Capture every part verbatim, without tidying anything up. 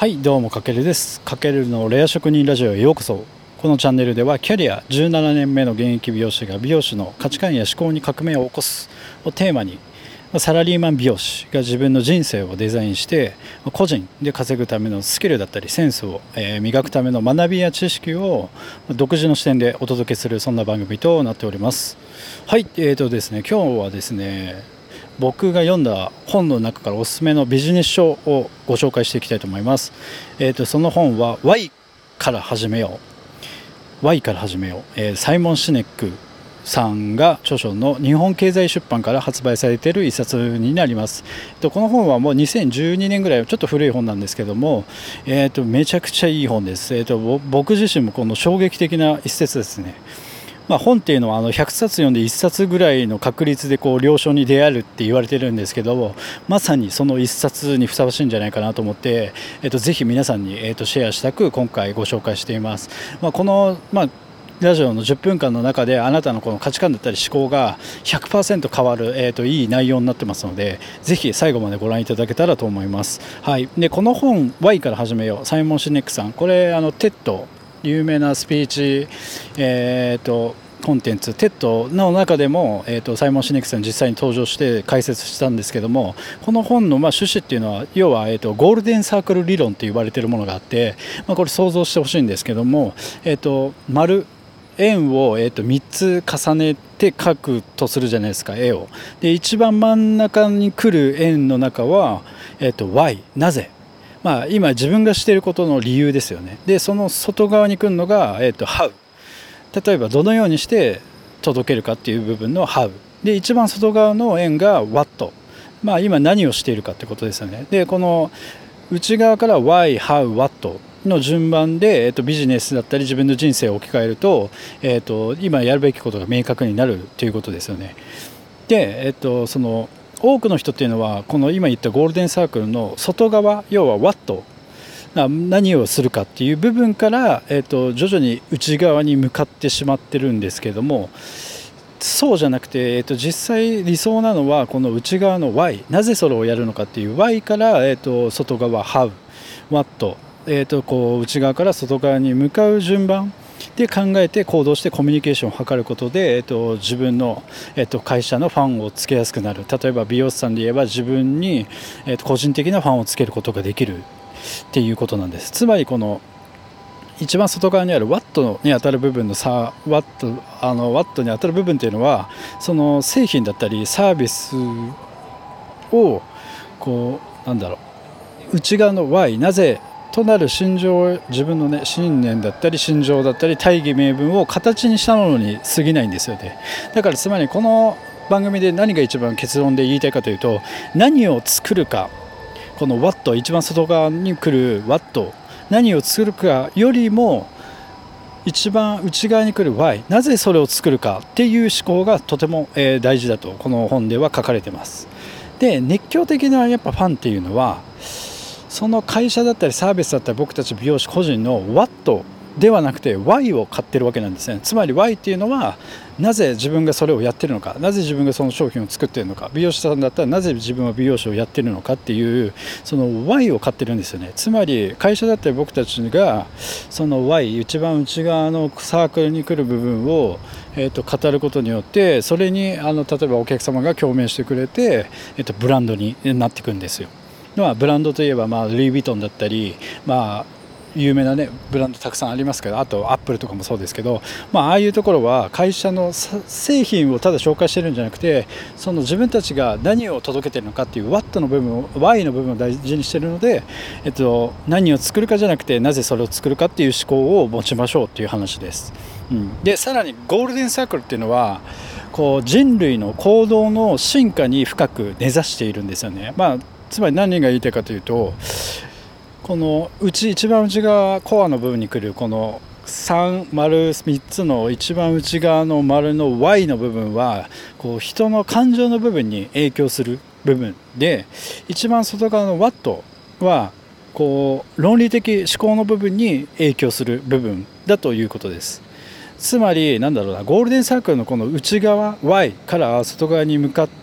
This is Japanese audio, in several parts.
はい、どうもかけるです。かけるのレア職人ラジオへようこそ。このチャンネルではキャリアじゅうななねんめの現役美容師が美容師の価値観や思考に革命を起こすをテーマに、サラリーマン美容師が自分の人生をデザインして個人で稼ぐためのスキルだったりセンスを磨くための学びや知識を独自の視点でお届けする、そんな番組となっております。はい、えーとですね今日はですね僕が読んだ本の中からおすすめのビジネス書をご紹介していきたいと思います。えーとその本は Y から始めよう Y から始めよう、えー、サイモン・シネックさんが著書の日本経済出版から発売されている一冊になります。この本はもうにせんじゅうにねんぐらい、ちょっと古い本なんですけども、えー、とめちゃくちゃいい本です。えー、と僕自身もこの衝撃的な一節ですね。まあ、本っていうのはあのひゃくさつ読んでいっさつぐらいの確率でこう良書に出会えるって言われてるんですけど、まさにそのいっさつにふさわしいんじゃないかなと思って、えー、とぜひ皆さんにえーとシェアしたく今回ご紹介しています。まあ、この、まあラジオのじゅっぷんかんの中であなたのこの価値観だったり思考が ひゃくパーセント 変わる、えー、といい内容になってますので、ぜひ最後までご覧いただけたらと思います。はい、でこの本 Y から始めよう、サイモン・シネックさん、これあの テッド 有名なスピーチ、えー、とコンテンツ テッド の中でも、えー、とサイモン・シネックさん実際に登場して解説したんですけども、この本のまあ趣旨っていうのは要は、えー、とゴールデンサークル理論って言われているものがあって、まあ、これ想像してほしいんですけども、えー、と丸円を、えー、とみっつ重ねて描くとするじゃないですか、絵を。で一番真ん中に来る円の中は、えー、と Y、 なぜ、まあ、今自分がしていることの理由ですよね。でその外側に来るのが、えー、と How、 例えばどのようにして届けるかっていう部分の How で、一番外側の円が What、 まあ今何をしているかってことですよね。でこの内側から Why、How、Whatの順番で、えー、とビジネスだったり自分の人生を置き換えると、えー、と今やるべきことが明確になるということですよね。で、えー、とその多くの人っていうのはこの今言ったゴールデンサークルの外側、要は What、 何をするかっていう部分から、えー、と徐々に内側に向かってしまってるんですけども、そうじゃなくて、えー、と実際理想なのはこの内側の Why、 なぜそれをやるのかっていう Why から、えー、と外側 How、 What、えー、とこう内側から外側に向かう順番で考えて行動してコミュニケーションを図ることで、えー、と自分の、えー、と会社のファンをつけやすくなる。例えば美容師さんで言えば自分に、えー、と個人的なファンをつけることができるっていうことなんです。つまりこの一番外側にある Watt に当たる部分の差 Watt、 あの Watt に当たる部分っていうのは、その製品だったりサービスをこうなんだろう、内側の Why、 なぜとなる心情、自分のね信念だったり心情だったり大義名分を形にしたものに過ぎないんですよね。だからつまりこの番組で何が一番結論で言いたいかというと、何を作るか、この What、 一番外側に来る What、 何を作るかよりも一番内側に来る Why、 なぜそれを作るかっていう思考がとても大事だとこの本では書かれています。で熱狂的なやっぱファンっていうのは、その会社だったりサービスだったり僕たち美容師個人の What ではなくて Why を買ってるわけなんですね。つまり Why っていうのは、なぜ自分がそれをやってるのか、なぜ自分がその商品を作っているのか、美容師さんだったらなぜ自分は美容師をやってるのかっていう、その Why を買ってるんですよね。つまり会社だったり僕たちがその Why、 一番内側のサークルに来る部分を、えー、と語ることによって、それにあの例えばお客様が共鳴してくれて、えー、とブランドになっていくんですよ。まあ、ブランドといえば、まあ、ルイ・ヴィトンだったり、まあ、有名な、ね、ブランドたくさんありますけど、あとアップルとかもそうですけど、まあ、ああいうところは会社の製品をただ紹介してるんじゃなくて、その自分たちが何を届けてるのかっていう What の部分を Why の部分を大事にしてるので、えっと、何を作るかじゃなくてなぜそれを作るかっていう思考を持ちましょうっていう話です。うん、でさらにゴールデンサークルっていうのはこう人類の行動の進化に深く根ざしているんですよね。まあつまり何が言いたいかというと、この内一番内側コアの部分に来るこのさん丸みっつの一番内側の丸の Y の部分はこう人の感情の部分に影響する部分で、一番外側の What はこう論理的思考の部分に影響する部分だということです。つまりなんだろうな、ゴールデンサークルのこの内側 Y から外側に向かって 、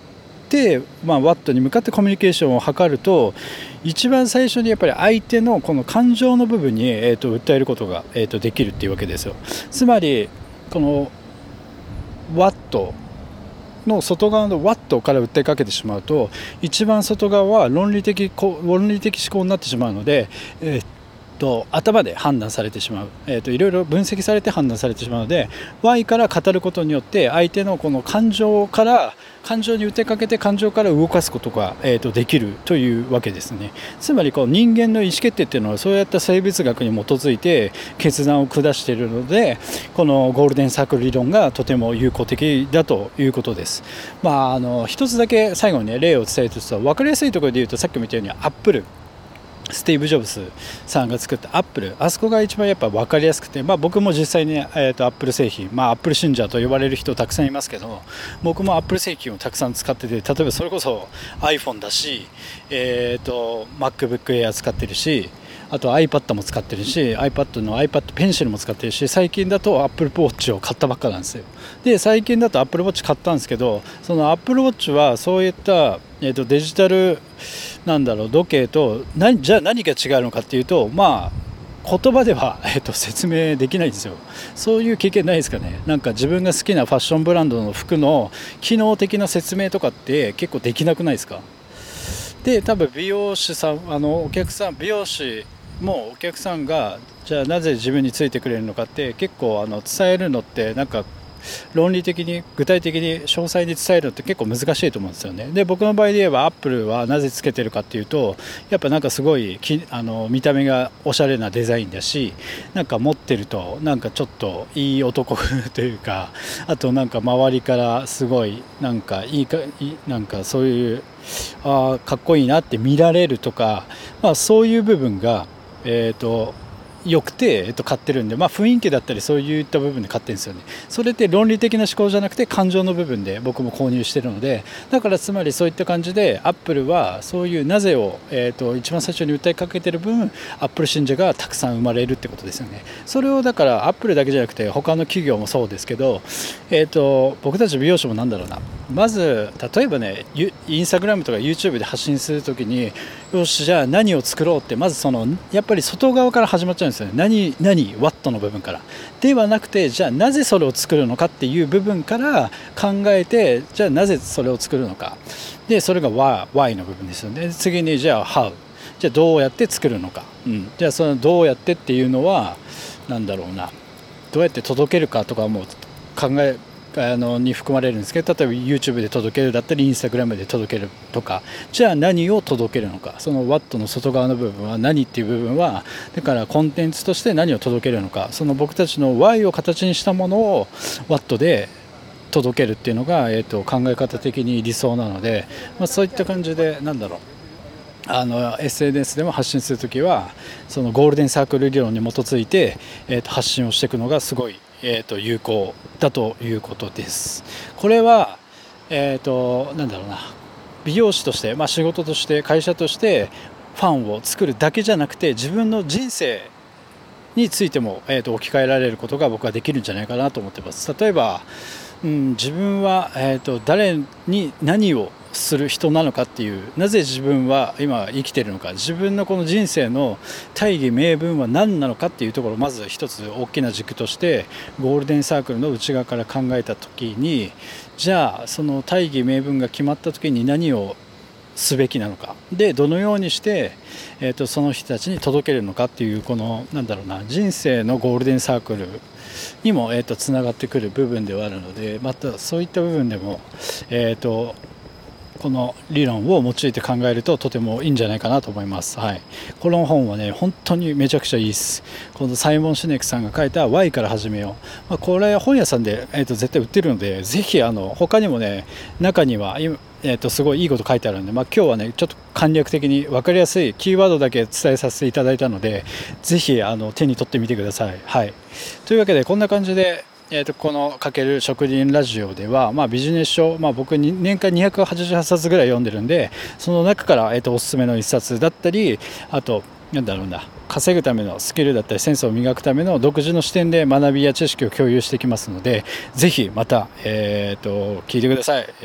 まあ、ワットに向かってコミュニケーションを図ると、一番最初にやっぱり相手のこの感情の部分に、えー、と訴えることが、えー、とできるっていうわけですよ。つまりこのワットの外側のワットから訴えかけてしまうと、一番外側は論理的論理的思考になってしまうので、えーと頭で判断されてしまう、えー、といろいろ分析されて判断されてしまうので、 Y から語ることによって相手のこの感情から感情に訴えかけて感情から動かすことが、えー、とできるというわけですね。つまりこう人間の意思決定っていうのはそういった生物学に基づいて決断を下しているので、このゴールデンサークル理論がとても有効的だということです。まあ、あの一つだけ最後に、ね、例を伝えると、分かりやすいところで言うと、さっきも言ったようにアップルスティーブ・ジョブズさんが作ったアップル、あそこが一番やっぱ分かりやすくて、まあ、僕も実際に、えー、とアップル製品、まあ、アップル信者と呼ばれる人たくさんいますけど、僕もアップル製品をたくさん使ってて、例えばそれこそ iPhone だし、えー、と MacBook Air 使ってるし、あと iPad も使ってるし、 iPad の iPad Pencil も使ってるし、最近だと Apple Watch を買ったばっかなんですよ。で最近だと Apple Watch 買ったんですけど、その Apple Watch はそういった、えー、とデジタルなんだろう時計と何じゃあ何が違うのかっていうと、まあ言葉では、えー、と説明できないんですよ。そういう経験ないですかね。なんか自分が好きなファッションブランドの服の機能的な説明とかって結構できなくないですか。で多分美容師さん、あのお客さん美容師もお客さんがじゃあなぜ自分についてくれるのかって結構あの伝えるのってなんか論理的に具体的に詳細に伝えるのって結構難しいと思うんですよね。で僕の場合で言えばアップルはなぜつけてるかっていうと、やっぱなんかすごいきあの見た目がおしゃれなデザインだし、なんか持ってるとなんかちょっといい男風というか、あとなんか周りからすごいなんかいいかいなんかそういうあかっこいいなって見られるとか、まあ、そういう部分がえーと良くて、えっと、買ってるんで、まあ、雰囲気だったりそういった部分で買ってるんですよね。それって論理的な思考じゃなくて感情の部分で僕も購入してるので、だからつまりそういった感じでアップルはそういうなぜを、えーと、一番最初に訴えかけてる分、アップル信者がたくさん生まれるってことですよね。それをだからアップルだけじゃなくて他の企業もそうですけど、えーと、僕たち美容師もなんだろうな、まず例えばねインスタグラムとか YouTube で発信するときに、よしじゃあ何を作ろうって、まずそのやっぱり外側から始まっちゃうんですよね。何何ワットの部分からではなくて、じゃあなぜそれを作るのかっていう部分から考えて、じゃあなぜそれを作るのかで、それが Why の部分ですよね。次にじゃあ How、 じゃあどうやって作るのか、うん、じゃあそのどうやってっていうのはなんだろうな、どうやって届けるかとかも考えあのに含まれるんですけど、例えば YouTube で届けるだったり Instagram で届けるとか、じゃあ何を届けるのか、その Watt の外側の部分は何っていう部分は、だからコンテンツとして何を届けるのか、その僕たちの Why を形にしたものを Watt で届けるっていうのが、えーと、考え方的に理想なので、まあ、そういった感じでなんだろうあの エスエヌエス でも発信するときはそのゴールデンサークル理論に基づいて、えーと発信をしていくのがすごいえー、と有効だということです。これは、えー、となんだろうな美容師として、まあ、仕事として会社としてファンを作るだけじゃなくて、自分の人生についても、えー、と置き換えられることが僕はできるんじゃないかなと思ってます。例えば、うん、自分は、えー、と誰に何をする人なのかっていう、なぜ自分は今生きているのか、自分のこの人生の大義名分は何なのかっていうところをまず一つ大きな軸としてゴールデンサークルの内側から考えた時に、じゃあその大義名分が決まった時に何をすべきなのかで、どのようにして、えー、とその人たちに届けるのかっていう、このなんだろうな人生のゴールデンサークルにも、えー、とつながってくる部分ではあるので、またそういった部分でも、えー、とこの理論を用いて考えるととてもいいんじゃないかなと思います。はい、この本はね本当にめちゃくちゃいいです。このサイモン・シネクさんが書いた Why から始めよう、まあ、これ本屋さんで、えー、と絶対売ってるので、ぜひあの他にもね中には今えー、とすごいいいこと書いてあるので、まあ、今日はねちょっと簡略的に分かりやすいキーワードだけ伝えさせていただいたので、ぜひあの手に取ってみてください。はい、というわけでこんな感じで、えー、とこのかける職人ラジオでは、まあ、ビジネス書、まあ、僕に年間にひゃくはちじゅうはちさつぐらい読んでるんで、その中から、えー、とおすすめのいっさつだったり、あとなんだろうな稼ぐためのスキルだったりセンスを磨くための独自の視点で学びや知識を共有していきますので、ぜひまた、えー、と聞いてください。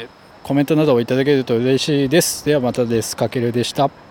コメントなどをいただけると嬉しいです。ではまたです。かけるでした。